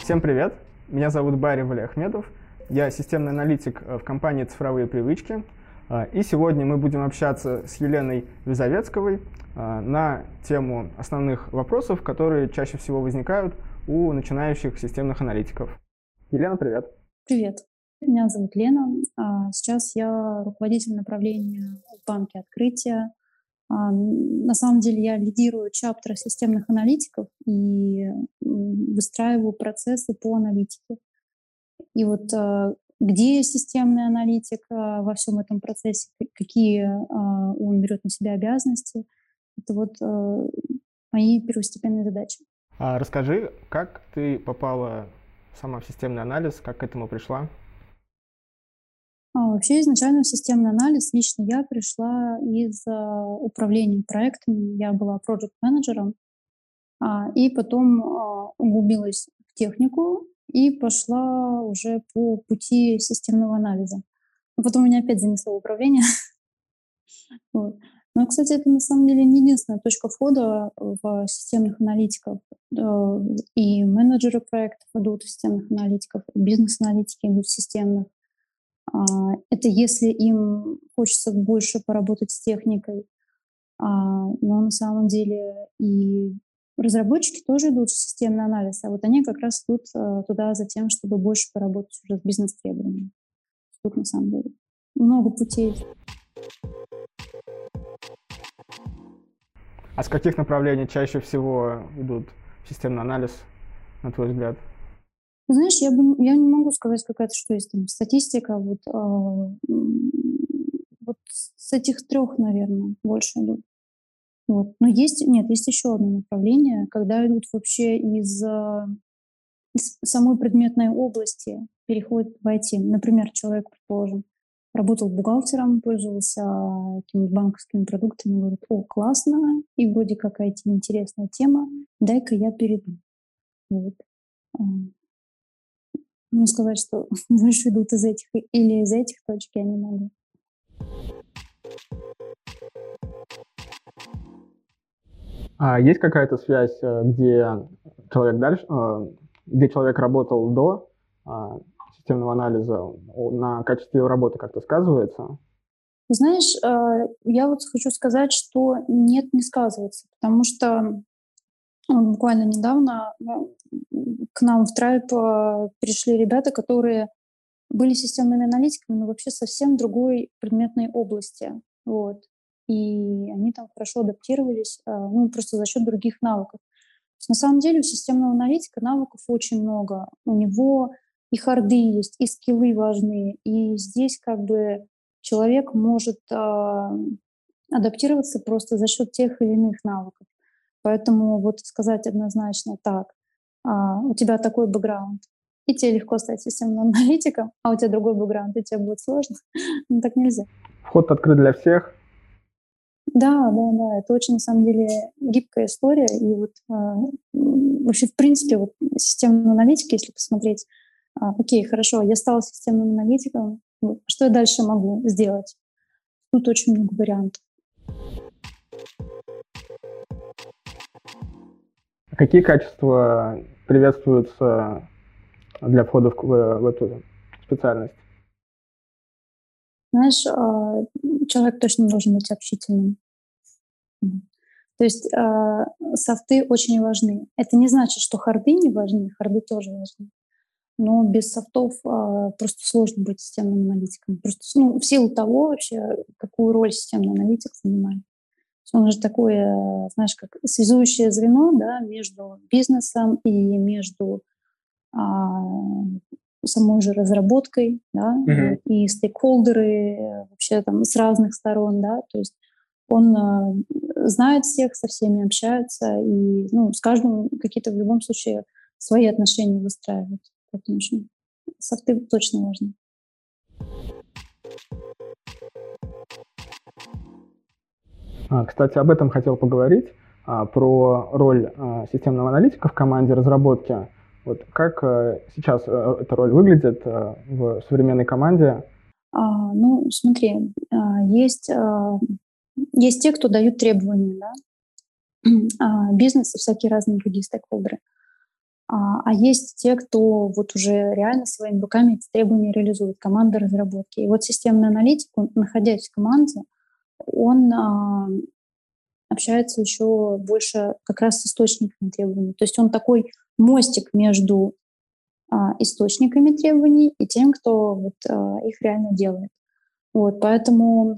Всем привет! Меня зовут Барри Валиахметов. Я системный аналитик в компании «Цифровые привычки». И сегодня мы будем общаться с Еленой Визовецковой на тему основных вопросов, которые чаще всего возникают у начинающих системных аналитиков. Елена, привет! Привет! Меня зовут Лена. Сейчас я руководитель направления в банке «Открытие». На самом деле я лидирую чаптер системных аналитиков и выстраиваю процессы по аналитике. И вот где системный аналитик во всем этом процессе, какие он берет на себя обязанности, это вот мои первостепенные задачи. Расскажи, как ты попала сама в системный анализ, как к этому пришла? Вообще изначально в системный анализ лично я пришла из управления проектами. Я была проект-менеджером, и потом углубилась в технику и пошла уже по пути системного анализа. Но потом меня опять занесло в управление. Вот. Но, кстати, это на самом деле не единственная точка входа в системных аналитиков. И менеджеры проектов идут в системных аналитиков, и бизнес-аналитики идут в системных. Это если им хочется больше поработать с техникой. Но на самом деле и разработчики тоже идут в системный анализ, а вот они как раз идут туда за тем, чтобы больше поработать уже с бизнес-требованиями. Тут на самом деле много путей. А с каких направлений чаще всего идут в системный анализ, на твой взгляд? Знаешь, я не могу сказать какая-то, что есть там статистика. Вот с этих трех, наверное, больше идут. Вот. Но есть еще одно направление, когда идут вообще из самой предметной области, переходят в IT. Например, человек, предположим, работал бухгалтером, пользовался какими-то банковскими продуктами, говорит: о, классно, и вроде как IT интересная тема, дай-ка я перейду. Вот. Ну, сказать, что больше идут из этих или из этих точек, я не могу. Есть какая-то связь, где человек работал до системного анализа, на качестве его работы как-то сказывается? Знаешь, я вот хочу сказать, что нет, не сказывается, потому что буквально недавно к нам в Трайб пришли ребята, которые были системными аналитиками, но вообще совсем другой предметной области. Вот. И они там хорошо адаптировались, просто за счет других навыков. То есть на самом деле у системного аналитика навыков очень много. У него и харды есть, и скиллы важны. И здесь как бы человек может адаптироваться просто за счет тех или иных навыков. Поэтому вот сказать однозначно так: у тебя такой бэкграунд, и тебе легко стать системным аналитиком, а у тебя другой бэкграунд, и тебе будет сложно. Ну, так нельзя. Вход открыт для всех? Да, это очень, на самом деле, гибкая история. И вот вообще, в принципе, вот системные аналитики, если посмотреть, окей, хорошо, я стала системным аналитиком, что я дальше могу сделать? Тут очень много вариантов. Какие качества приветствуются для входа в эту специальность? Знаешь, человек точно должен быть общительным. То есть софты очень важны. Это не значит, что харды не важны, харды тоже важны. Но без софтов просто сложно быть системным аналитиком. Просто в силу того вообще, какую роль системный аналитик занимает. Он же такое, знаешь, как связующее звено, да, между бизнесом и между самой же разработкой, да, вот, и стейкхолдеры вообще там с разных сторон, да, то есть он знает всех, со всеми общается, и с каждым какие-то в любом случае свои отношения выстраивает. Поэтому софты точно важны. Кстати, об этом хотел поговорить, про роль системного аналитика в команде разработки. Вот как сейчас эта роль выглядит в современной команде? Смотри, есть те, кто дают требования, да, бизнес и всякие разные другие стейкхолдеры. А есть те, кто вот уже реально своими руками эти требования реализует, команда разработки. И вот системный аналитик, он, находясь в команде, он общается еще больше как раз с источниками требований. То есть он такой мостик между источниками требований и тем, кто вот, их реально делает. Вот, поэтому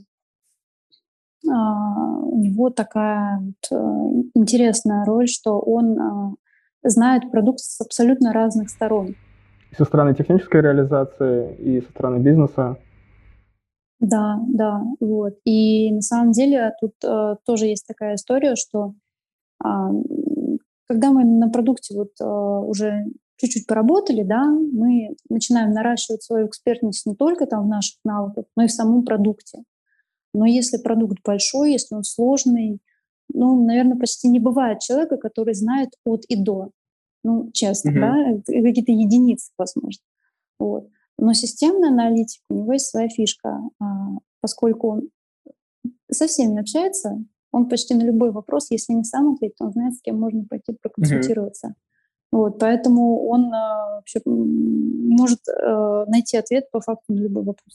у него такая вот, интересная роль, что он знает продукт с абсолютно разных сторон. И со стороны технической реализации, и со стороны бизнеса. Да, да, вот. И на самом деле тут тоже есть такая история, что когда мы на продукте вот уже чуть-чуть поработали, да, мы начинаем наращивать свою экспертность не только там в наших навыках, но и в самом продукте. Но если продукт большой, если он сложный, ну, наверное, почти не бывает человека, который знает от и до. Ну, честно, да, это какие-то единицы, возможно. Вот. Но системный аналитик, у него есть своя фишка. Поскольку он со всеми общается, он почти на любой вопрос, если не сам ответит, он знает, с кем можно пойти проконсультироваться. Вот, поэтому он вообще может найти ответ по факту на любой вопрос.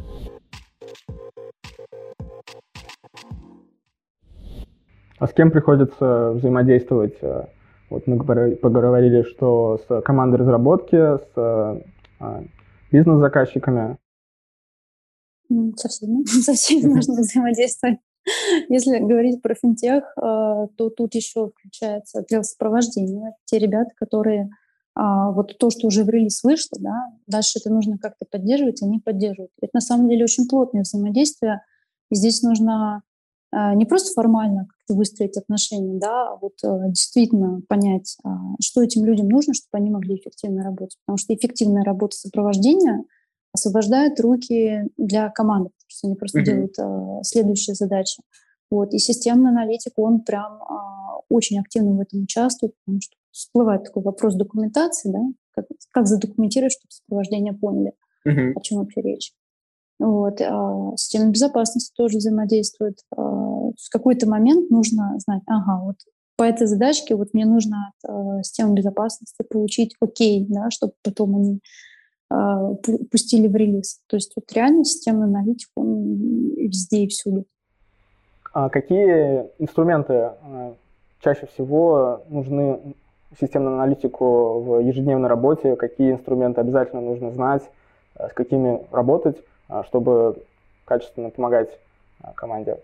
А с кем приходится взаимодействовать? Вот мы поговорили, что с командой разработки, с бизнес-заказчиками. Со всеми. Со всеми нужно взаимодействовать. Если говорить про финтех, то тут еще включается отдел сопровождения. Те ребята, которые вот то, что уже в релиз вышло, да, дальше это нужно как-то поддерживать, они поддерживают. Это на самом деле очень плотное взаимодействие. И здесь нужно не просто формально как-то выстроить отношения, да, а вот действительно понять, что этим людям нужно, чтобы они могли эффективно работать. Потому что эффективная работа сопровождения освобождает руки для команды, потому что они просто делают следующие задачи. Вот. И системный аналитик, он прям очень активно в этом участвует, потому что всплывает такой вопрос документации, да, как задокументировать, чтобы сопровождение поняли, о чем вообще речь. Вот. Система безопасности тоже взаимодействует. В какой-то момент нужно знать, вот по этой задачке вот мне нужно от системы безопасности получить окей, да, чтобы потом они пустили в релиз. То есть вот реально системный аналитик, он везде и всюду. А какие инструменты чаще всего нужны системному аналитику в ежедневной работе? Какие инструменты обязательно нужно знать, с какими работать, чтобы качественно помогать команде?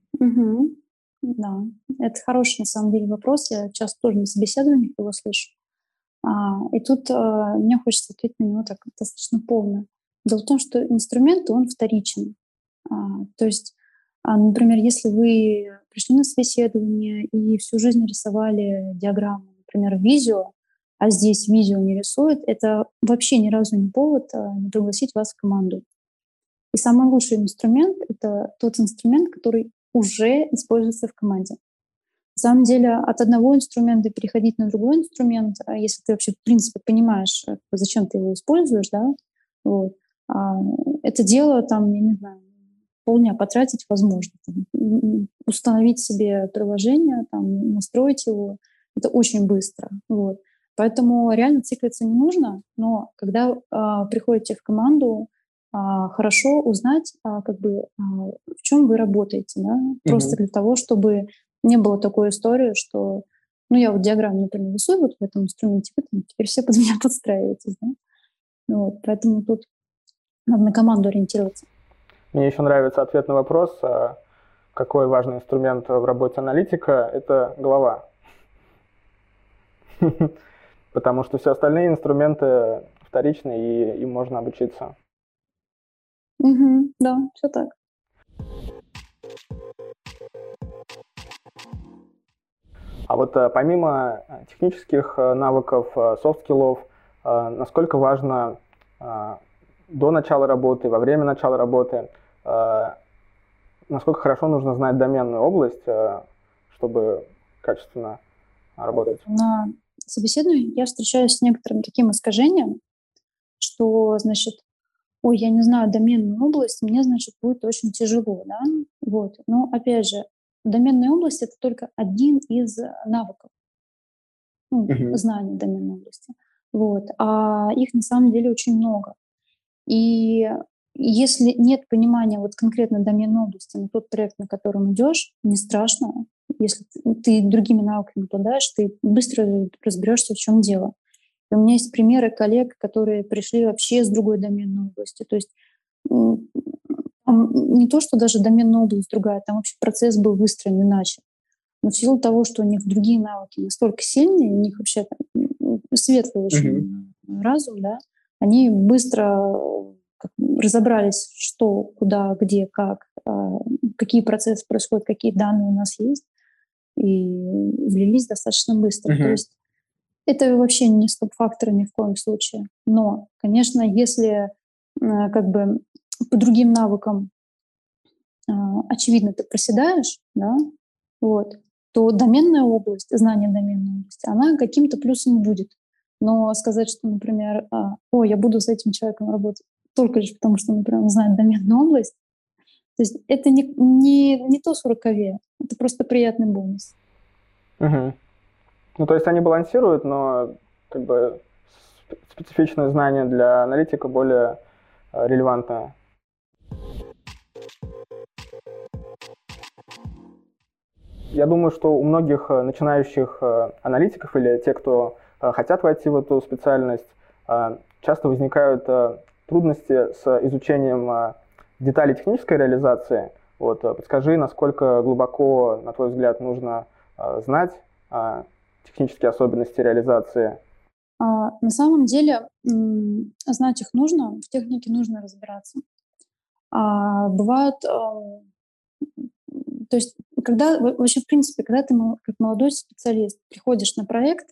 Да, это хороший на самом деле вопрос. Я часто тоже на собеседованиях его слышу. И тут мне хочется ответить на него так достаточно полно. Дело в том, что инструмент, он вторичен. То есть, например, если вы пришли на собеседование и всю жизнь рисовали диаграмму, например, видео, а здесь видео не рисует, это вообще ни разу не повод не пригласить вас в команду. И самый лучший инструмент — это тот инструмент, который уже используется в команде. На самом деле от одного инструмента переходить на другой инструмент, если ты вообще в принципе понимаешь, зачем ты его используешь, да, вот, это дело там, я не знаю, полдня потратить возможно. Установить себе приложение, там, настроить его, это очень быстро. Вот. Поэтому реально циклиться не нужно, но когда приходите в команду, хорошо узнать, в чем вы работаете, да? Просто для того, чтобы не было такой истории, что я вот диаграмму, например, рисую вот в этом инструменте, вы там теперь все под меня подстраиваетесь, да? Вот, поэтому тут надо на команду ориентироваться. Мне еще нравится ответ на вопрос, какой важный инструмент в работе аналитика — это голова. Потому что все остальные инструменты вторичны, и им можно обучиться. Да, все так. А вот помимо технических навыков, софт-скиллов, насколько важно до начала работы, во время начала работы, насколько хорошо нужно знать доменную область, чтобы качественно работать? На собеседовании я встречаюсь с некоторым таким искажением, что, значит, ой, я не знаю доменную область, мне, значит, будет очень тяжело, да, вот. Но, опять же, доменная область — это только один из навыков. знаний доменной области. Вот. А их на самом деле очень много. И если нет понимания вот конкретно доменной области на тот проект, на котором идешь, не страшно. Если ты другими навыками обладаешь, ты быстро разберешься, в чем дело. И у меня есть примеры коллег, которые пришли вообще с другой доменной области. То есть там не то, что даже доменная область другая, там вообще процесс был выстроен иначе. Но в силу того, что у них другие навыки настолько сильные, у них вообще светлый очень разум, да, они быстро разобрались, что, куда, где, как, какие процессы происходят, какие данные у нас есть, и влились достаточно быстро. То есть это вообще не стоп-фактор ни в коем случае. Но, конечно, если как бы по другим навыкам очевидно ты проседаешь, да, вот, то доменная область, знание доменной области, она каким-то плюсом будет. Но сказать, что, например, я буду с этим человеком работать только лишь потому, что, например, он знает доменную область, то есть это не то с рукаве, это просто приятный бонус. Ну, то есть они балансируют, но как бы специфичное знание для аналитика более релевантное. Я думаю, что у многих начинающих аналитиков или тех, кто хотят войти в эту специальность, часто возникают трудности с изучением деталей технической реализации. Вот, подскажи, насколько глубоко, на твой взгляд, нужно знать технические особенности реализации? На самом деле знать их нужно, в технике нужно разбираться. Бывают, то есть когда вообще, в принципе, когда ты как молодой специалист приходишь на проект,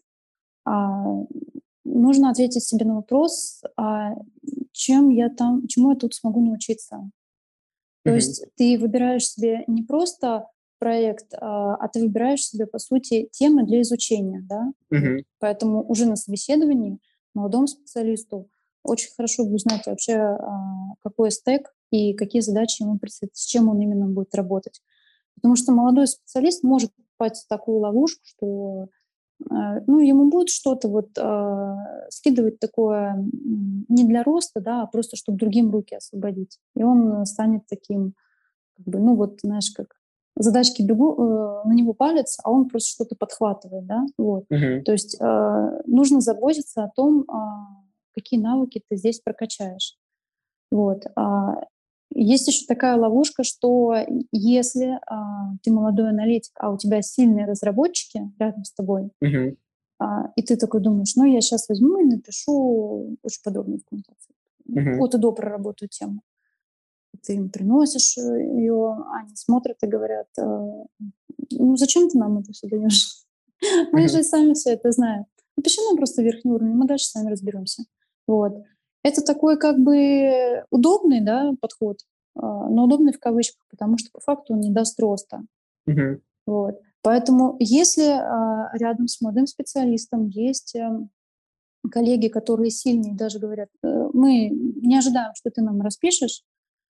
нужно ответить себе на вопрос, чему я тут смогу научиться. То есть ты выбираешь себе не просто проект, а ты выбираешь себе, по сути, темы для изучения, да? Поэтому уже на собеседовании молодому специалисту очень хорошо бы узнать вообще, какой стек и какие задачи ему предстоит, с чем он именно будет работать. Потому что молодой специалист может попасть в такую ловушку, что ему будет что-то скидывать такое не для роста, да, а просто чтобы другим руки освободить. И он станет таким, знаешь, как задачки на него палятся, а он просто что-то подхватывает, да, вот. То есть нужно заботиться о том, какие навыки ты здесь прокачаешь. Вот. Есть еще такая ловушка, что если ты молодой аналитик, а у тебя сильные разработчики рядом с тобой, и ты такой думаешь, я сейчас возьму и напишу очень подробную документацию. От и до проработаю тему. Ты им приносишь ее, они смотрят и говорят, зачем ты нам это все даешь? Мы же сами все это знаем. Напиши нам просто верхний уровень, мы дальше сами разберемся. Вот. Это такой как бы удобный, да, подход, но удобный в кавычках, потому что по факту он не даст роста. Вот. Поэтому если рядом с молодым специалистом есть коллеги, которые сильные, даже говорят, мы не ожидаем, что ты нам распишешь,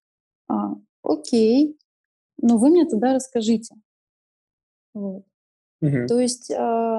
окей, но вы мне тогда расскажите. Вот. То есть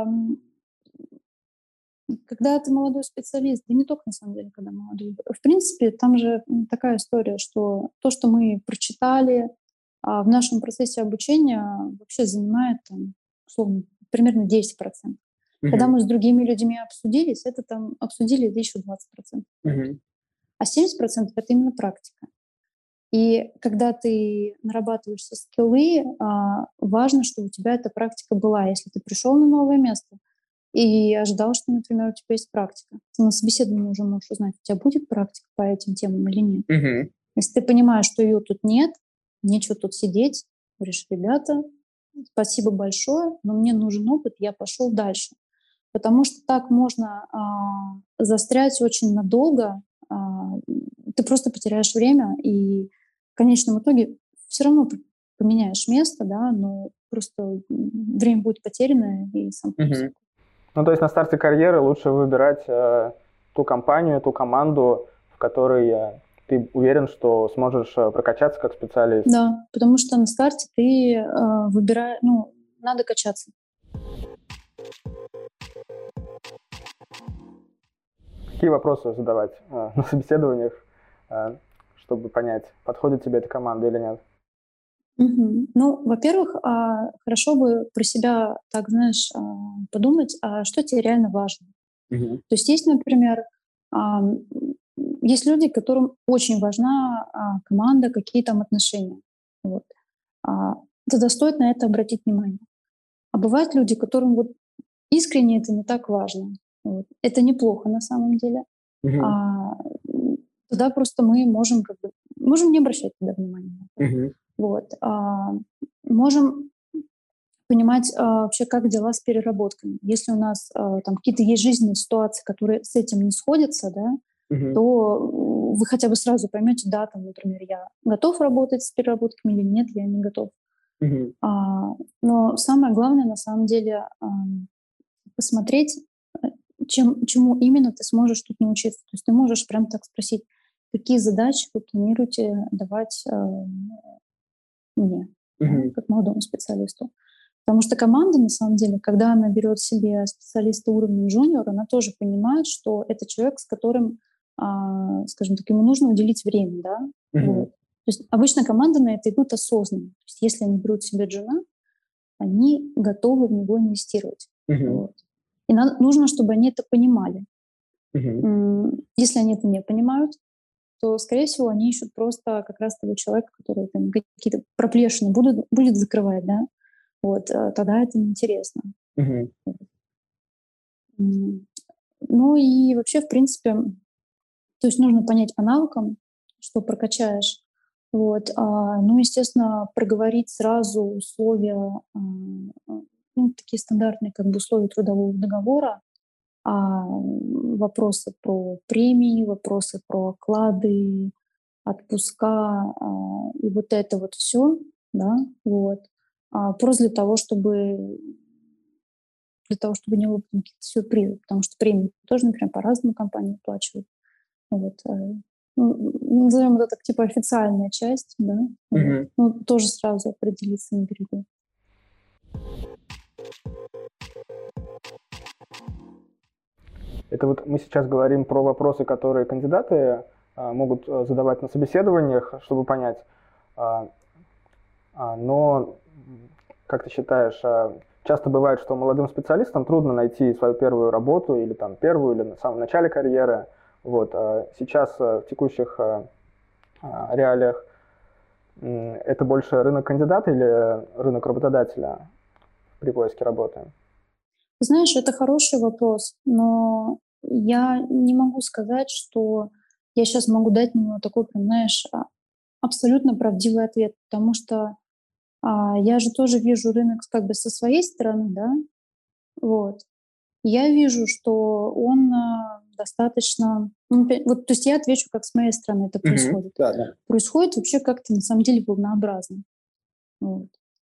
когда ты молодой специалист, да не только на самом деле, когда молодой, в принципе, там же такая история, что то, что мы прочитали в нашем процессе обучения, вообще занимает, условно, примерно 10%. Когда мы с другими людьми обсудили еще 20%. А 70% — это именно практика. И когда ты нарабатываешь все скиллы, важно, чтобы у тебя эта практика была. Если ты пришел на новое место и ожидал, что, например, у тебя есть практика, ты на собеседовании уже можешь узнать, у тебя будет практика по этим темам или нет. Если ты понимаешь, что ее тут нет, нечего тут сидеть, говоришь, ребята, спасибо большое, но мне нужен опыт, я пошел дальше. Потому что так можно застрять очень надолго, ты просто потеряешь время, и в конечном итоге все равно поменяешь место, да, но просто время будет потеряно, и сам процесс. Ну, то есть на старте карьеры лучше выбирать ту компанию, ту команду, в которой ты уверен, что сможешь прокачаться как специалист. Да, потому что на старте ты выбираешь, надо качаться. какие вопросы задавать на собеседованиях, чтобы понять, подходит тебе эта команда или нет? Ну, во-первых, хорошо бы про себя так, знаешь, подумать, а что тебе реально важно. Мгм. То есть, например, ам, есть люди, которым очень важна команда, какие там отношения. Вот. А, Тогда стоит на это обратить внимание. А бывают люди, которым вот искренне это не так важно. Вот. Это неплохо на самом деле. Мгм. А, Тогда просто мы можем можем не обращать туда внимания. Мгм. Вот. Можем понимать вообще, как дела с переработками. Если у нас там какие-то есть жизненные ситуации, которые с этим не сходятся, да, Мгм. то вы хотя бы сразу поймете, да, там, например, я готов работать с переработками или нет, я не готов. Мгм. Но самое главное, на самом деле, посмотреть, э, чему именно ты сможешь тут научиться. То есть ты можешь прям так спросить, какие задачи вы планируете давать мне, да, Мгм. как молодому специалисту. Потому что команда, на самом деле, когда она берет себе специалиста уровня джуниор, она тоже понимает, что это человек, с которым, скажем так, ему нужно уделить время, да. Мгм. Вот. То есть обычно команды на это идут осознанно. То есть если они берут себе джуна, они готовы в него инвестировать. Мгм. Вот. И нужно, чтобы они это понимали. Мгм. Если они это не понимают, то, скорее всего, они ищут просто как раз того человека, который там какие-то проплешины будет закрывать, да. Вот, тогда это неинтересно. Мгм. М, Ну и вообще, в принципе, то есть нужно понять по навыкам, что прокачаешь. Вот. Ну, естественно, проговорить сразу условия, ну, такие стандартные как бы условия трудового договора, вопросы про премии, вопросы про оклады, отпуска, и вот это вот все, да, вот. Просто для того, чтобы не было потом каких-то сюрпризов, потому что премии тоже, например, по-разному компании выплачивают. Вот, назовем это так, типа официальная часть, да, вот. Мгм. Ну, тоже сразу определиться на берегу. Это вот мы сейчас говорим про вопросы, которые кандидаты могут задавать на собеседованиях, чтобы понять. А, но, как ты считаешь, часто бывает, что молодым специалистам трудно найти свою первую работу или там первую, или на самом начале карьеры. Вот. Сейчас в текущих реалиях это больше рынок кандидата или рынок работодателя при поиске работы? Знаешь, это хороший вопрос, но я не могу сказать, что я сейчас могу дать на него такой прям, знаешь, абсолютно правдивый ответ, потому что, я же тоже вижу рынок как бы со своей стороны, да, вот. Я вижу, что он, достаточно, ну, вот, то есть я отвечу, как с моей стороны это Мгм. происходит. Да, да. Происходит вообще как-то на самом деле волнообразно. Вот.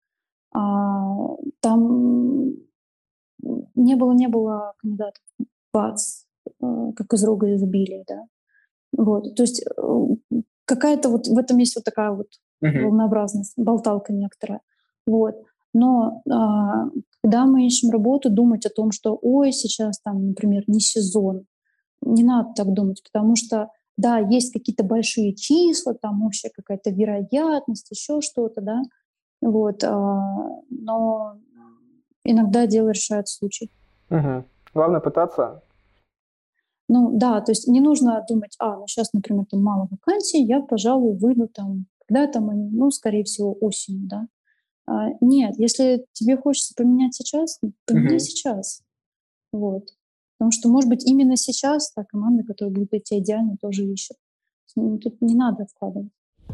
Там не было кандидатов, бац, как из рога изобилия, да. Вот. То есть какая-то вот в этом есть вот такая вот Мгм. волнообразность, болталка некоторая. Вот. Но когда мы ищем работу, думать о том, что, ой, сейчас там, например, не сезон, не надо так думать, потому что, да, есть какие-то большие числа, там общая какая-то вероятность, еще что-то, да, вот, но иногда дело решает случай. Мгм. Главное пытаться. Ну да, то есть не нужно думать, ну сейчас, например, там мало вакансий, я, пожалуй, выйду там, когда там они, ну, скорее всего, осенью, да. Нет, если тебе хочется поменять сейчас, поменяй Мгм. сейчас. Вот. Потому что, может быть, именно сейчас та команда, которая будет для тебя идеальна, тоже ищет. Тут не надо откладывать.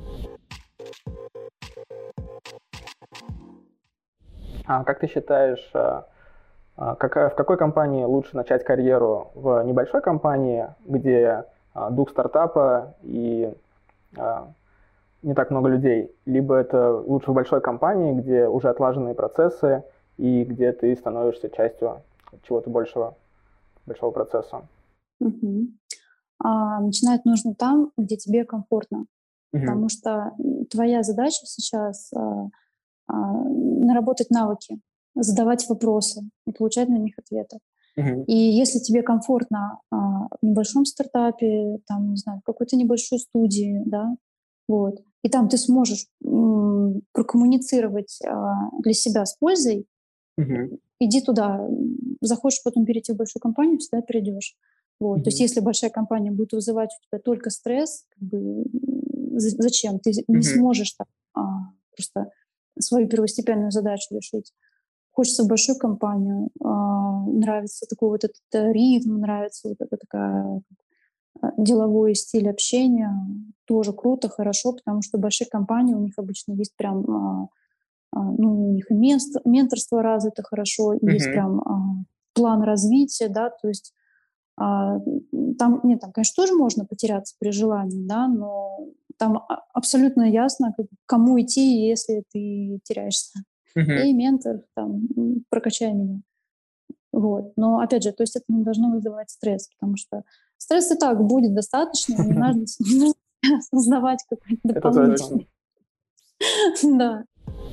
А как ты считаешь, в какой компании лучше начать карьеру? В небольшой компании, где дух стартапа и а, не так много людей, либо это лучше в большой компании, где уже отлаженные процессы и где ты становишься частью чего-то большого процесса? Мгм. Начинать нужно там, где тебе комфортно, Мгм. потому что твоя задача сейчас наработать навыки, задавать вопросы и получать на них ответы. Мгм. И если тебе комфортно в небольшом стартапе, там, не знаю, в какой-то небольшой студии, да, вот, и там ты сможешь прокоммуницировать для себя с пользой, Мгм. иди туда. Захочешь потом перейти в большую компанию, всегда перейдешь. Вот. То есть Мгм. если большая компания будет вызывать у тебя только стресс, как бы, зачем? Ты не Мгм. сможешь так, просто свою первостепенную задачу решить. Хочется в большую компанию, нравится такой вот этот ритм, нравится вот эта такая деловой стиль общения. Тоже круто, хорошо, потому что большие компании, у них обычно есть прям ну, у них и менторство развито хорошо, и есть Мгм. прям план развития, да, то есть там, нет, там, конечно, тоже можно потеряться при желании, да, но там абсолютно ясно, к кому идти, если ты теряешься. Мгм. Эй, ментор, там, прокачай меня. Вот. Но, опять же, то есть это не должно вызывать стресс, потому что стресс и так будет достаточно, не надо создавать какой-то Это точно. дополнительный. Да.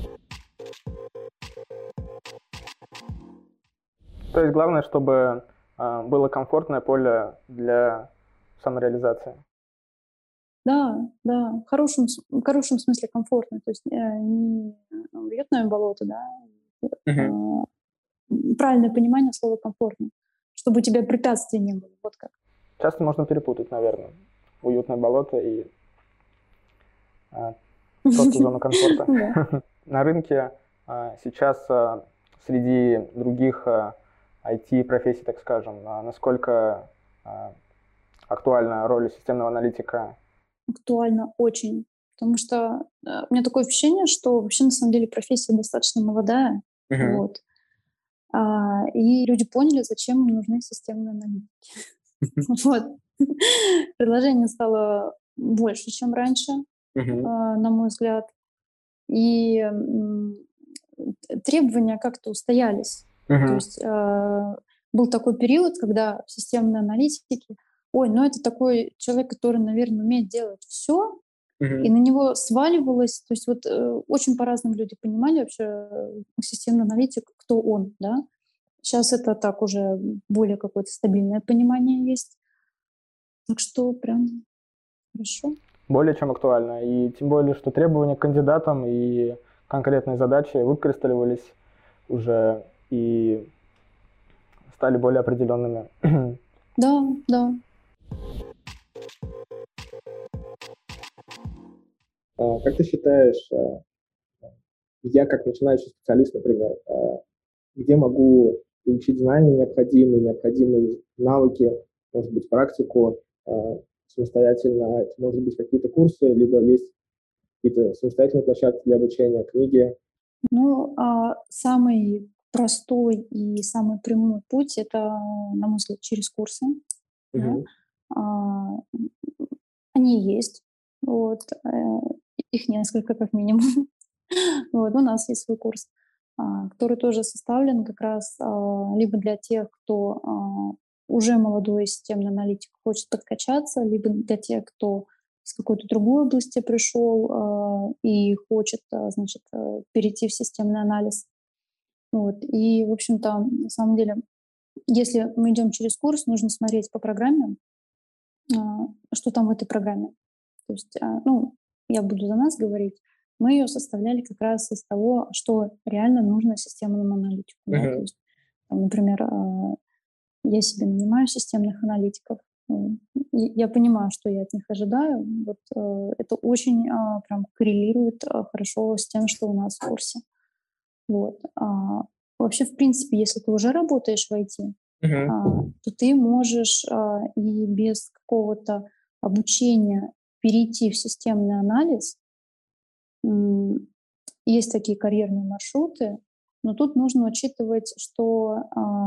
То есть главное, чтобы было комфортное поле для самореализации. Да, да, в хорошем смысле комфортно, то есть не уютное болото, да, Мгм. а, правильное понимание слова комфортно, чтобы у тебя препятствий не было, вот как. Часто можно перепутать, наверное, уютное болото и просто зону комфорта. Да. На рынке сейчас среди других IT-профессий, так скажем, насколько актуальна роль системного аналитика? Актуально очень, потому что у меня такое ощущение, что вообще на самом деле профессия достаточно молодая, Мгм. вот, и люди поняли, зачем им нужны системные аналитики. Вот. Предложений стало больше, чем раньше, Мгм. на мой взгляд. И требования как-то устоялись. То Мгм. есть был такой период, когда системные аналитики, ой, ну это такой человек, который, наверное, умеет делать все, и Мгм. на него сваливалось, то есть вот очень по-разному люди понимали вообще системный аналитик, кто он, да. Сейчас это так уже более какое-то стабильное понимание есть. Так что прям хорошо. Более чем актуально. И тем более, что требования к кандидатам и конкретные задачи выкристалливались уже и стали более определенными. Да, да. Как ты считаешь, я как начинающий специалист, например, где могу получить знания необходимые навыки, может быть, практику самостоятельно, может быть, какие-то курсы, либо есть какие-то самостоятельные площадки для обучения, книги? Ну, самый простой и самый прямой путь — это, на мой взгляд, через курсы, да. Мгм. А, Они есть, вот, их несколько как минимум. Вот, у нас есть свой курс, который тоже составлен как раз, либо для тех, кто, уже молодой системный аналитик, хочет подкачаться, либо для тех, кто из какой-то другой области пришел, и хочет, значит, перейти в системный анализ. Вот. И, в общем-то, на самом деле, если мы идем через курс, нужно смотреть по программе, что там в этой программе. То есть, ну, я буду за нас говорить, мы ее составляли как раз из того, что реально нужно системному аналитику. Да? То Мгм. есть, там, например, я себе нанимаю системных аналитиков, и я понимаю, что я от них ожидаю. Вот, это очень прям коррелирует хорошо с тем, что у нас в курсе. Вот. Вообще, в принципе, если ты уже работаешь в IT, Мгм. то ты можешь и без какого-то обучения перейти в системный анализ. Есть такие карьерные маршруты, но тут нужно учитывать, что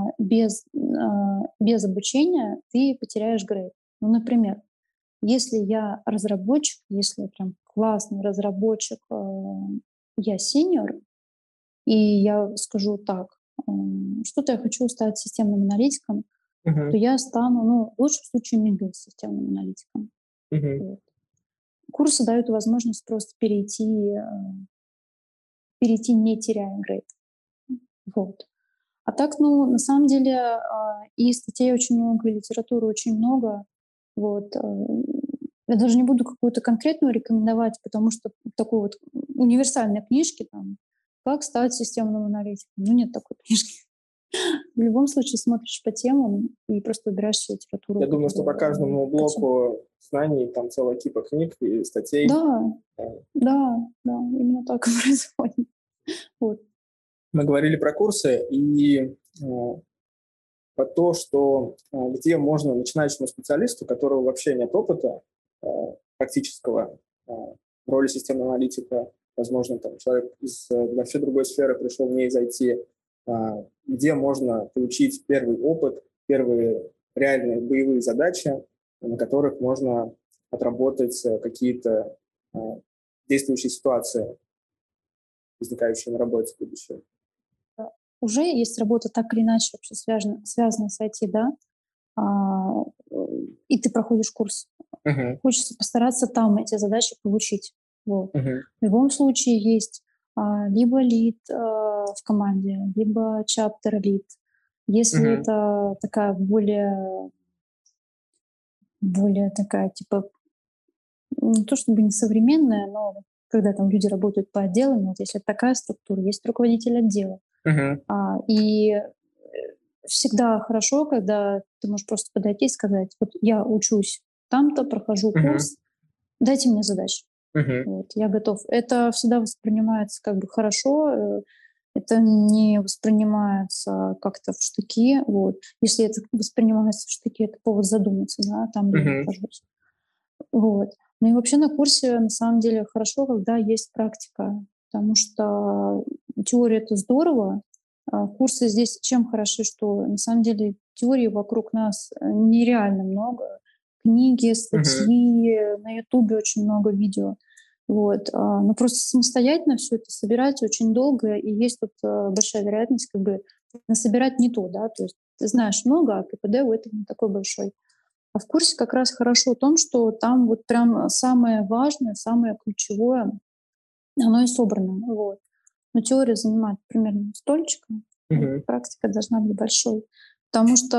без обучения ты потеряешь грейд. Ну, например, если я разработчик, если я прям классный разработчик, я сеньор, и я скажу так, что-то я хочу стать системным аналитиком, то Мгм. я стану, ну, в лучшем случае, middle системным аналитиком. Мгм. Вот. Курсы дают возможность просто перейти, не теряя грейд. Вот. А так, ну, на самом деле, и статей очень много, и литературы очень много. Вот. Я даже не буду какую-то конкретную рекомендовать, потому что такой вот универсальной книжки там «Как стать системным аналитиком». Ну, нет такой книжки. В любом случае смотришь по темам и просто выбираешь литературу, Я думаю, что по которая каждому по теме. блоку знаний там целая кипа книг и статей. Да, Э, да, именно так и происходит. Вот. Мы говорили про курсы и про то, что где можно начинающему специалисту, у которого вообще нет опыта э, практического в роли системного аналитика, возможно, там человек из вообще другой сферы пришел не из IT, где можно получить первый опыт, первые реальные боевые задачи, на которых можно отработать какие-то действующие ситуации, возникающие на работе в будущем. Уже есть работа так или иначе вообще связанная с IT, да, а, и ты проходишь курс. Мгм. Хочется постараться там эти задачи получить. Вот. Мгм. В любом случае есть либо лид в команде, либо чаптер лид. Если Мгм. это такая более такая, типа, не то чтобы не современная, но когда там люди работают по отделам, вот если такая структура, есть руководитель отдела. Мгм. И всегда хорошо, когда ты можешь просто подойти и сказать: вот я учусь там-то, прохожу Мгм. курс, дайте мне задачи. Мгм. Вот, я готов. Это всегда воспринимается как бы хорошо, это не воспринимается как-то в штыки. Вот. Если это воспринимается в штыки, это повод задуматься, да, там, где я Мгм. нахожусь. Вот. Ну и вообще на курсе на самом деле хорошо, когда есть практика, потому что теория — это здорово. Курсы здесь чем хороши, что на самом деле теории вокруг нас нереально много. Книги, Мгм. статьи, на Ютубе очень много видео. Вот. Но просто самостоятельно все это собирать очень долго, и есть тут большая вероятность как бы насобирать не то, да, то есть ты знаешь много, а КПД у этого не такой большой. А в курсе как раз хорошо в том, что там вот прям самое важное, самое ключевое, оно и собрано. Вот. Но теория занимает примерно стольчика, вот, Мгм. практика должна быть большой. Потому что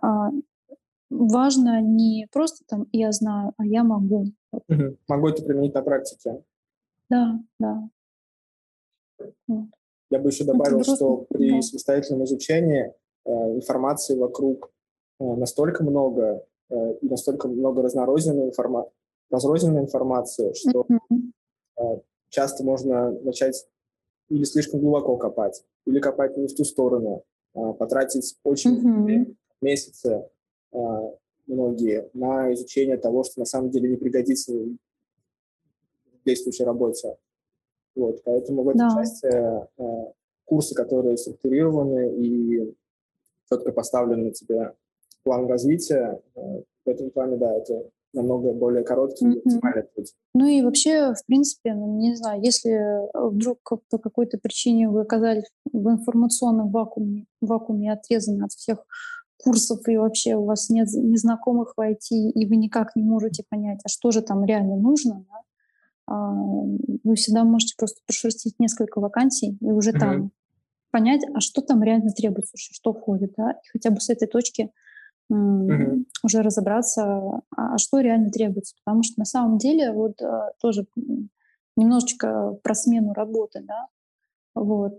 важно не просто там «я знаю», а «я могу». Вот. Мгм. Могу это применить на практике. Да, да. Вот. Я бы еще Это добавил, просто, что при да. самостоятельном изучении информации вокруг настолько много и настолько много разрозненной информации, что Мгм. э, часто можно начать или слишком глубоко копать, или копать не в ту сторону, потратить очень Мгм. месяцы э, многие на изучение того, что на самом деле не пригодится в действующей работе. Вот, поэтому в этой Да. части курсы, которые структурированы и четко поставлен на тебе план развития, в этом плане, да, это намного более короткий и Мгм. оптимальный путь. Ну и вообще, в принципе, ну, не знаю, если вдруг по какой-то причине вы оказались в информационном вакууме отрезаны от всех курсов, и вообще у вас нет незнакомых в IT, и вы никак не можете понять, а что же там реально нужно, да, вы всегда можете просто прошерстить несколько вакансий и уже Мгм. там понять, а что там реально требуется, вообще, что входит, да, и хотя бы с этой точки Мгм. уже разобраться, что реально требуется. Потому что на самом деле вот тоже немножечко про смену работы, да. Вот.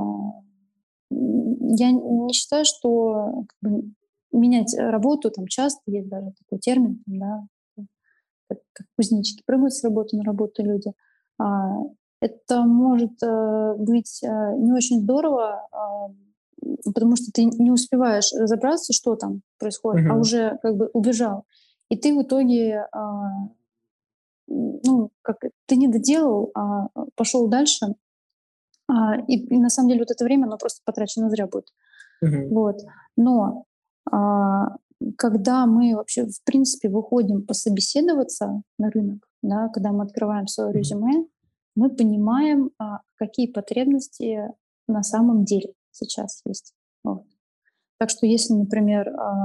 Я не считаю, что как бы менять работу там часто, есть даже такой термин, там, да, как кузнечики прыгают с работы на работу люди. А, Это может быть не очень здорово, потому что ты не успеваешь разобраться, что там происходит, а Мгм. уже как бы убежал. И ты в итоге, ну, как ты не доделал, пошел дальше, и на самом деле вот это время, оно просто потрачено зря будет. Мгм. Вот. Но а, когда мы вообще, в принципе, выходим пособеседоваться на рынок, да, когда мы открываем свое Мгм. резюме, мы понимаем, какие потребности на самом деле сейчас есть. Вот. Так что если, например,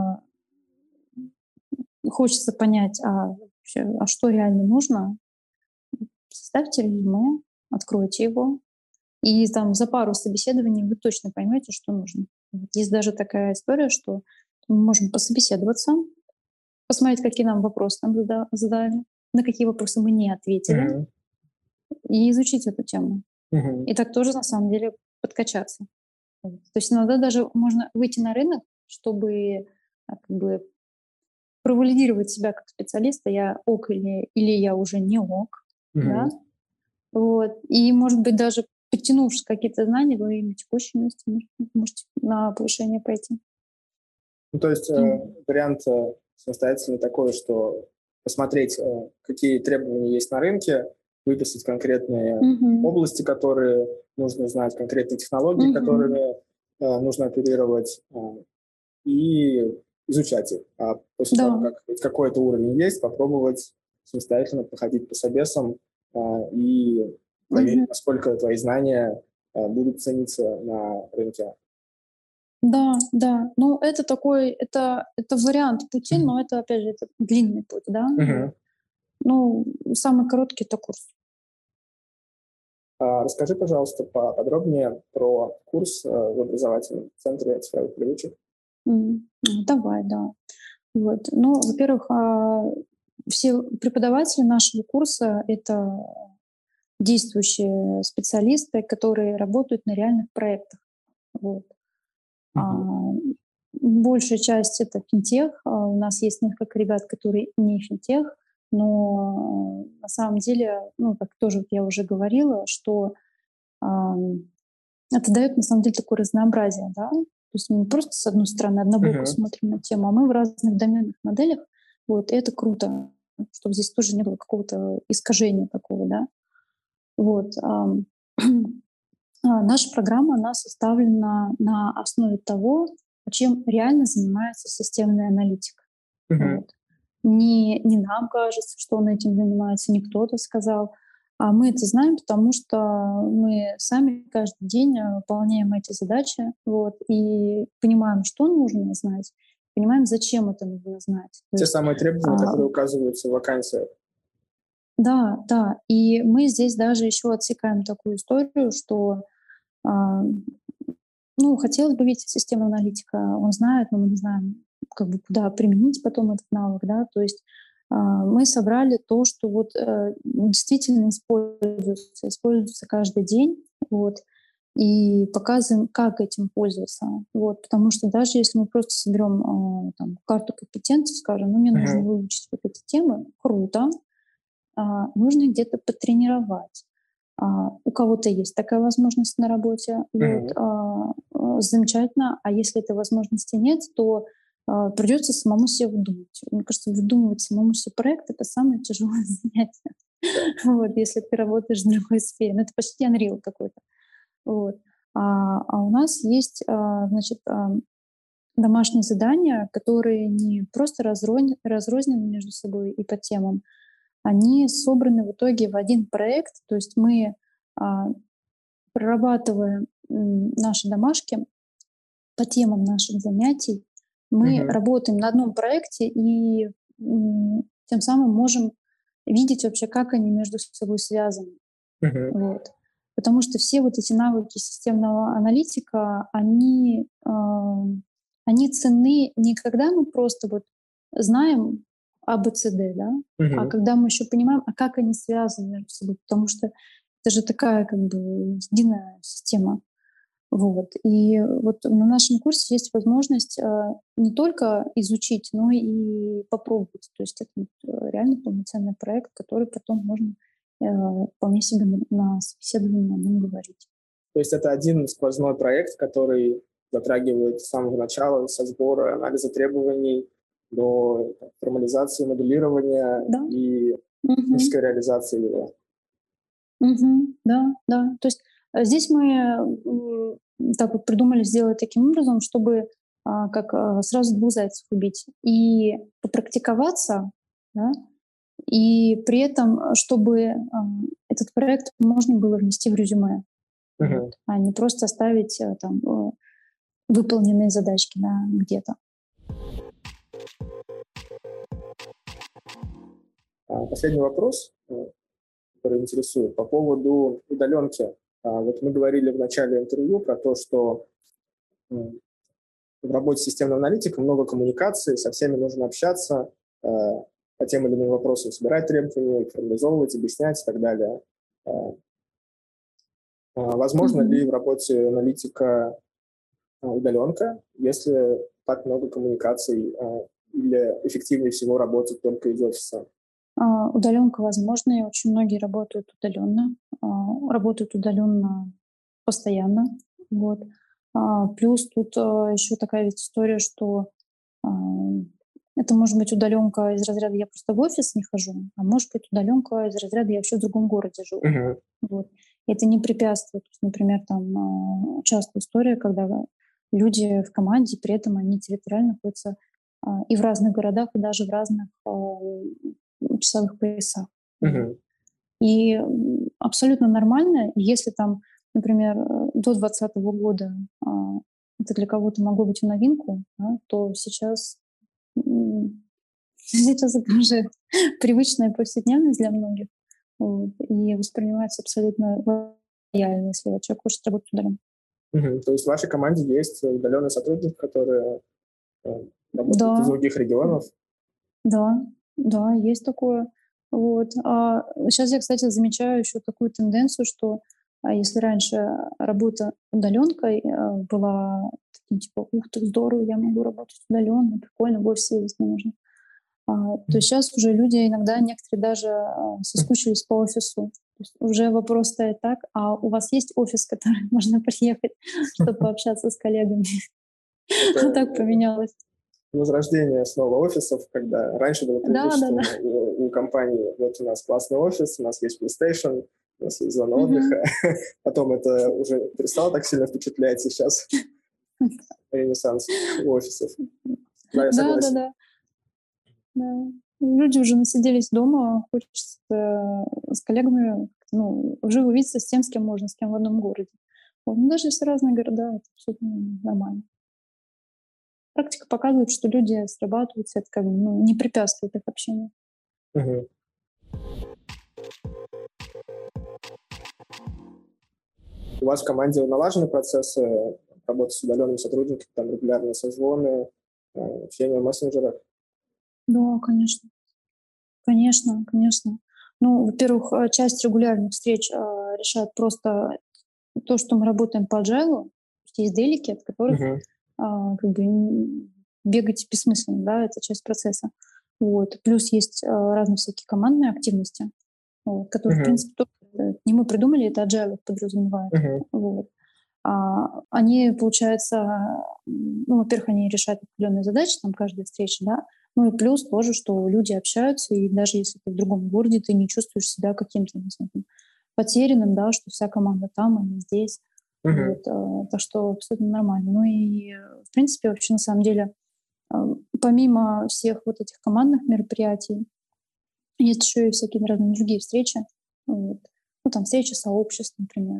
хочется понять, вообще, что реально нужно, составьте резюме, откройте его, и там за пару собеседований вы точно поймете, что нужно. Есть даже такая история, что мы можем пособеседоваться, посмотреть, какие нам вопросы нам задали, на какие вопросы мы не ответили, и изучить эту тему. И так тоже на самом деле подкачаться. То есть иногда даже можно выйти на рынок, чтобы как бы провалидировать себя как специалиста, я ок или я уже не ок, да. Вот. И, может быть, даже подтянувшись какие-то знания, вы на текущем месте можете на повышение пойти. Ну, то есть вариант самостоятельный такой, что посмотреть, какие требования есть на рынке, выписать конкретные области, которые нужно знать, конкретные технологии, которыми нужно оперировать, и изучать их. А после того, как какой-то уровень есть, попробовать самостоятельно проходить по собесам и проверить, насколько твои знания будут цениться на рынке. Да, да. Ну, это такой, это вариант пути, но это, опять же, это длинный путь, да. Ну, самый короткий — это курс. Расскажи, пожалуйста, поподробнее про курс в образовательном центре цифровых привычек. Давай, да. Вот. Ну, во-первых, все преподаватели нашего курса — это действующие специалисты, которые работают на реальных проектах. Вот. Большая часть — это финтех. У нас есть несколько ребят, которые не финтех, но на самом деле, ну, как тоже я уже говорила, что это дает на самом деле такое разнообразие, да. То есть мы не просто с одной стороны однобоко смотрим на тему, а мы в разных доменных моделях. Вот, и это круто, чтобы здесь тоже не было какого-то искажения такого, да. Вот. Наша программа, она составлена на основе того, чем реально занимается системный аналитик. Вот. Не нам кажется, что он этим занимается, не кто-то сказал, а мы это знаем, потому что мы сами каждый день выполняем эти задачи, вот, и понимаем, что нужно знать, понимаем, зачем это нужно знать. Те самые требования, которые указываются в вакансиях. Да, да. И мы здесь даже еще отсекаем такую историю, что ну, хотелось бы видеть систему аналитика, он знает, но мы не знаем, как бы куда применить потом этот навык, да, то есть мы собрали то, что вот действительно используется каждый день, вот, и показываем, как этим пользоваться, вот, потому что даже если мы просто соберем там, карту компетенций, скажем, ну, мне нужно выучить вот эти темы, круто, нужно их где-то потренировать. У кого-то есть такая возможность на работе, вот, замечательно. А если этой возможности нет, то придется самому себе выдумать. Мне кажется, выдумывать самому себе проект — это самое тяжелое занятие. Вот, если ты работаешь в другой сфере. Ну, это почти Unreal какой-то. Вот. А у нас есть, значит, домашние задания, которые не просто разрознены между собой и по темам, они собраны в итоге в один проект. То есть мы прорабатываем наши домашки по темам наших занятий. Мы работаем на одном проекте и тем самым можем видеть вообще, как они между собой связаны. Вот. Потому что все вот эти навыки системного аналитика, они ценны не когда мы просто вот знаем А, Б, С, Д, да, а когда мы еще понимаем, а как они связаны между собой, потому что это же такая как бы единая система. Вот. И вот на нашем курсе есть возможность не только изучить, но и попробовать. То есть это реально полноценный проект, который потом можно вполне себе на собеседовании о нем говорить. То есть это один сквозной проект, который затрагивает с самого начала, со сбора, анализа требований до формализации, моделирования и технической реализации его. Да, да. То есть здесь мы так вот придумали сделать таким образом, чтобы как сразу двух зайцев убить. И попрактиковаться, да, и при этом, чтобы этот проект можно было внести в резюме, вот, а не просто оставить там выполненные задачки где-то. Последний вопрос, который интересует, по поводу удаленки. Вот мы говорили в начале интервью про то, что в работе системного аналитика много коммуникаций, со всеми нужно общаться, по тем или иным вопросам собирать требования, их формализовывать, объяснять и так далее. Возможно ли в работе аналитика удаленка, если так много коммуникаций, или эффективнее всего работать только из офиса? Удаленка возможна, и очень многие работают удаленно постоянно. Вот. Плюс тут еще такая ведь история, что это может быть удаленка из разряда «я просто в офис не хожу», а может быть удаленка из разряда «я вообще в другом городе живу». Вот. И это не препятствует. То есть, например, там частая история, когда люди в команде, при этом они территориально находятся и в разных городах, и даже в разных часовых поясах. И абсолютно нормально, если там, например, до 2020 года это для кого-то могло быть в новинку, да, то сейчас это уже привычная повседневность для многих. Вот, и воспринимается абсолютно лояльно, если человек хочет работать удаленно. То есть в вашей команде есть удаленные сотрудники, которые работают из других регионов? Да, есть такое. Вот. Сейчас я, кстати, замечаю еще такую тенденцию, что если раньше работа удаленкой была таким типа, ух ты, здорово, я могу работать удаленно, прикольно, в офисе ездить не нужно. То сейчас уже люди иногда, некоторые даже соскучились по офису. То есть уже вопрос стоит так, а у вас есть офис, в который можно приехать, чтобы пообщаться с коллегами? Так поменялось. Возрождение снова офисов, когда раньше было принято, что у компании вот у нас классный офис, у нас есть PlayStation, у нас есть зона отдыха. Потом это уже перестало так сильно впечатлять, сейчас ренессанс офисов. Да, я согласен. Да. Люди уже насиделись дома, хочется с коллегами вживую увидеться с тем, с кем можно, с кем в одном городе. Вот. Но даже если разные города, это абсолютно нормально. Практика показывает, что люди срабатываются, это как бы не препятствует их общению. У вас в команде налажены процессы работы с удаленными сотрудниками, там регулярные созвоны, общение в мессенджерах? Да, конечно. Конечно. Ну, во-первых, часть регулярных встреч решает просто то, что мы работаем по agile. Есть делики, от которых как бы бегать бессмысленно, да, это часть процесса. Вот. Плюс есть разные всякие командные активности, которые, в принципе, тоже не мы придумали, это agile подразумевает. Вот. Они, получается, во-первых, они решают определенные задачи, там, каждая встреча, да, ну и плюс тоже, что люди общаются, и даже если ты в другом городе, ты не чувствуешь себя каким-то, не знаю, потерянным, да, что вся команда там, а не здесь. Вот, так что абсолютно нормально. Ну и, в принципе, вообще, на самом деле, помимо всех вот этих командных мероприятий, есть еще и всякие разные другие встречи. Вот. Ну, там встречи сообществ, например.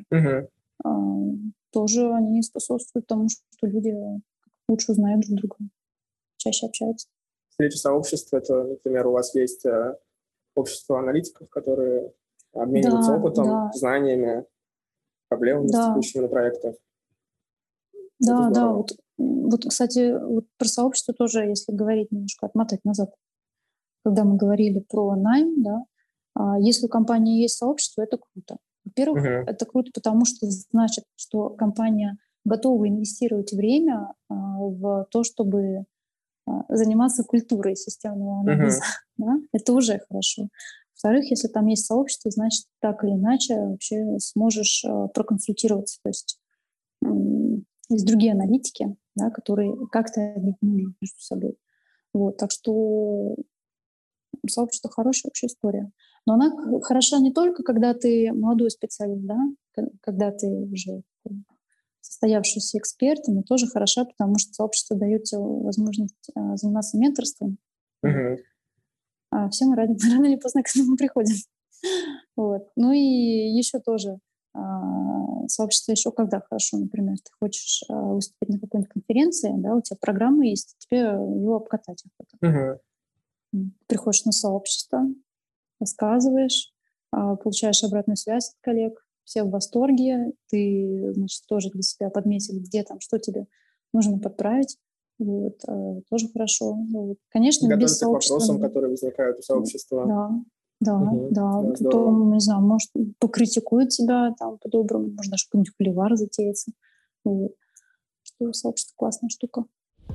Тоже они способствуют тому, что люди лучше узнают друг друга, чаще общаются. Встречи сообщества, это, например, у вас есть общество аналитиков, которые обмениваются опытом, знаниями, проблемами с текущими на проектах. Да. Вот, кстати, вот про сообщество тоже, если говорить немножко, отмотать назад, когда мы говорили про найм, да, если у компании есть сообщество, это круто. Во-первых, это круто, потому что значит, что компания готова инвестировать время в то, чтобы заниматься культурой системного анализа. Да? Это уже хорошо. Во-вторых, если там есть сообщество, значит, так или иначе вообще сможешь проконсультироваться. То есть есть другие аналитики, да, которые как-то объединены между собой. Вот, так что сообщество хорошая вообще история. Но она хороша не только, когда ты молодой специалист, да, когда ты уже состоявшийся эксперт, но тоже хороша, потому что сообщество дает тебе возможность заниматься менторством. А все мы рано или поздно к этому приходим. Вот. Ну и еще тоже сообщество еще когда хорошо, например, ты хочешь выступить на какой-нибудь конференции, да, у тебя программа есть, тебе его обкатать охота. Приходишь на сообщество, рассказываешь, получаешь обратную связь от коллег, все в восторге, ты, значит, тоже для себя подметил, где там, что тебе нужно подправить. Вот, тоже хорошо. Вот. Конечно, без Готовиться к сообщества... вопросам, которые возникают у сообщества. Да, да, Мгм. да. Да, здорово. Потом, не знаю, может, покритикуют тебя там по-доброму, может, даже какой-нибудь холивар затеяться. Вот. Что сообщество классная штука.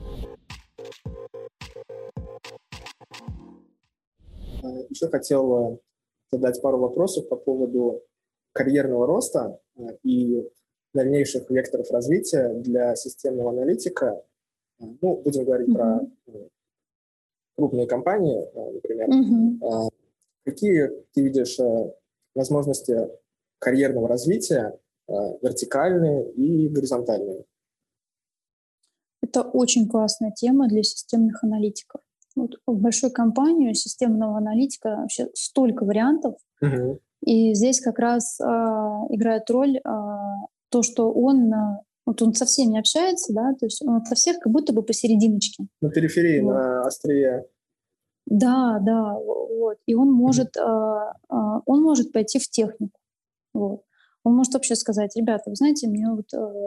Еще хотел задать пару вопросов по поводу карьерного роста и дальнейших векторов развития для системного аналитика. Ну, будем говорить про крупные компании, например. Какие ты видишь возможности карьерного развития, вертикальные и горизонтальные? Это очень классная тема для системных аналитиков. Вот в большой компании системного аналитика вообще столько вариантов, и здесь как раз играет роль то, что он со всеми общается, да, то есть он со всех как будто бы посерединочке. На периферии, Вот. на острие. Да, вот. И он может пойти в технику. Вот. Он может вообще сказать: ребята, вы знаете, мне вот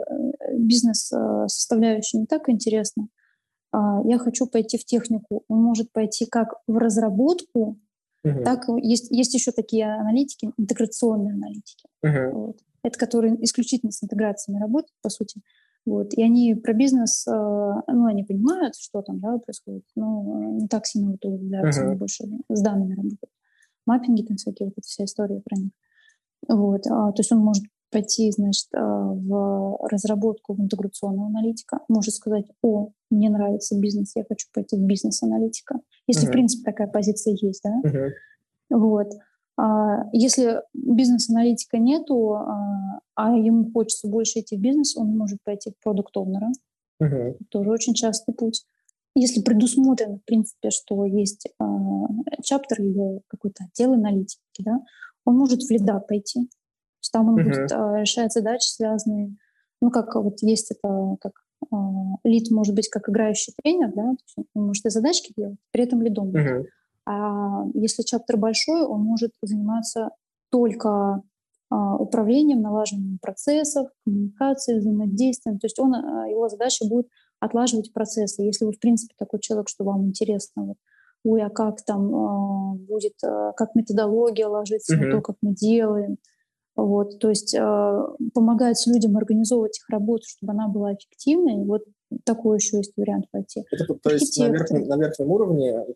бизнес-составляющая не так интересна, я хочу пойти в технику. Он может пойти как в разработку, так есть еще такие аналитики, интеграционные аналитики. Вот. Это которые исключительно с интеграциями работают, по сути. Вот. И они про бизнес, они понимают, что там происходит, но не так сильно вот углубляются, они больше с данными работают. Маппинги там всякие, вот эта вся история про них. Вот. То есть он может пойти, значит, в разработку, в интеграционного аналитика, может сказать: мне нравится бизнес, я хочу пойти в бизнес-аналитика. Если, в принципе, такая позиция есть, да? Вот. Если бизнес-аналитика нету, а ему хочется больше идти в бизнес, он может пойти в продукт-оунера. Тоже очень частый путь. Если предусмотрено, в принципе, что есть чаптер или какой-то отдел аналитики, да, он может в лида пойти. То есть там он будет решать задачи, связанные... как вот есть это, как лид может быть как играющий тренер, да, то есть он может и задачки делать, при этом лидом быть. А если чаптер большой, он может заниматься только управлением, налаживанием процессов, коммуникацией, взаимодействием. То есть его задача будет отлаживать процессы. Если вы, в принципе, такой человек, что вам интересно, а как там будет, как методология ложится на то, как мы делаем. Вот, то есть помогать людям организовывать их работу, чтобы она была эффективной. Вот такой еще есть вариант пойти. То есть на верхнем уровне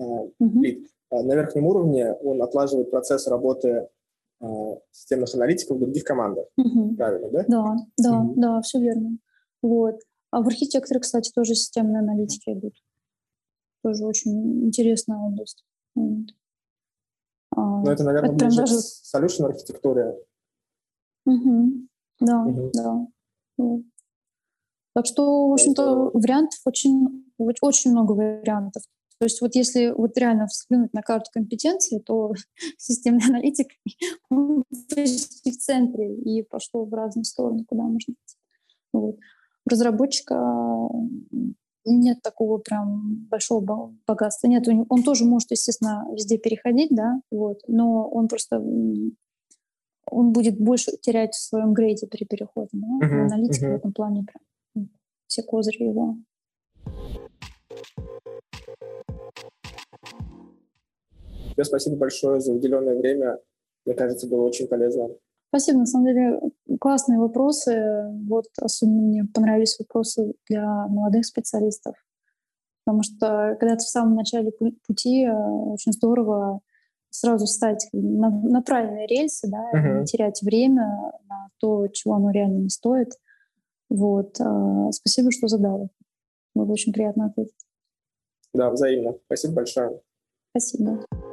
на верхнем уровне он отлаживает процесс работы системных аналитиков в других командах. Правильно, да? Да, все верно. Вот. А в архитекторы, кстати, тоже системные аналитики идут. Тоже очень интересная область. Вот. Но это, наверное, ближе к solution архитектуре. Да. Вот. Так что, в общем-то, вариантов очень много вариантов. То есть вот если вот реально взглянуть на карту компетенции, то системный аналитик почти в центре и пошло в разные стороны, куда можно идти. Вот. У разработчика нет такого прям большого богатства. Нет, он тоже может, естественно, везде переходить, да, вот, но он просто будет больше терять в своем грейде при переходе. Да? Аналитика в этом плане прям все козыри его. Тебе спасибо большое за уделенное время. Мне кажется, было очень полезно. Спасибо. На самом деле классные вопросы. Вот особенно мне понравились вопросы для молодых специалистов. Потому что когда ты в самом начале пути, очень здорово сразу встать на правильные рельсы, да, и не терять время на то, чего оно реально не стоит. Вот. Спасибо, что задала. Было очень приятно ответить. Да, взаимно. Спасибо большое. Спасибо.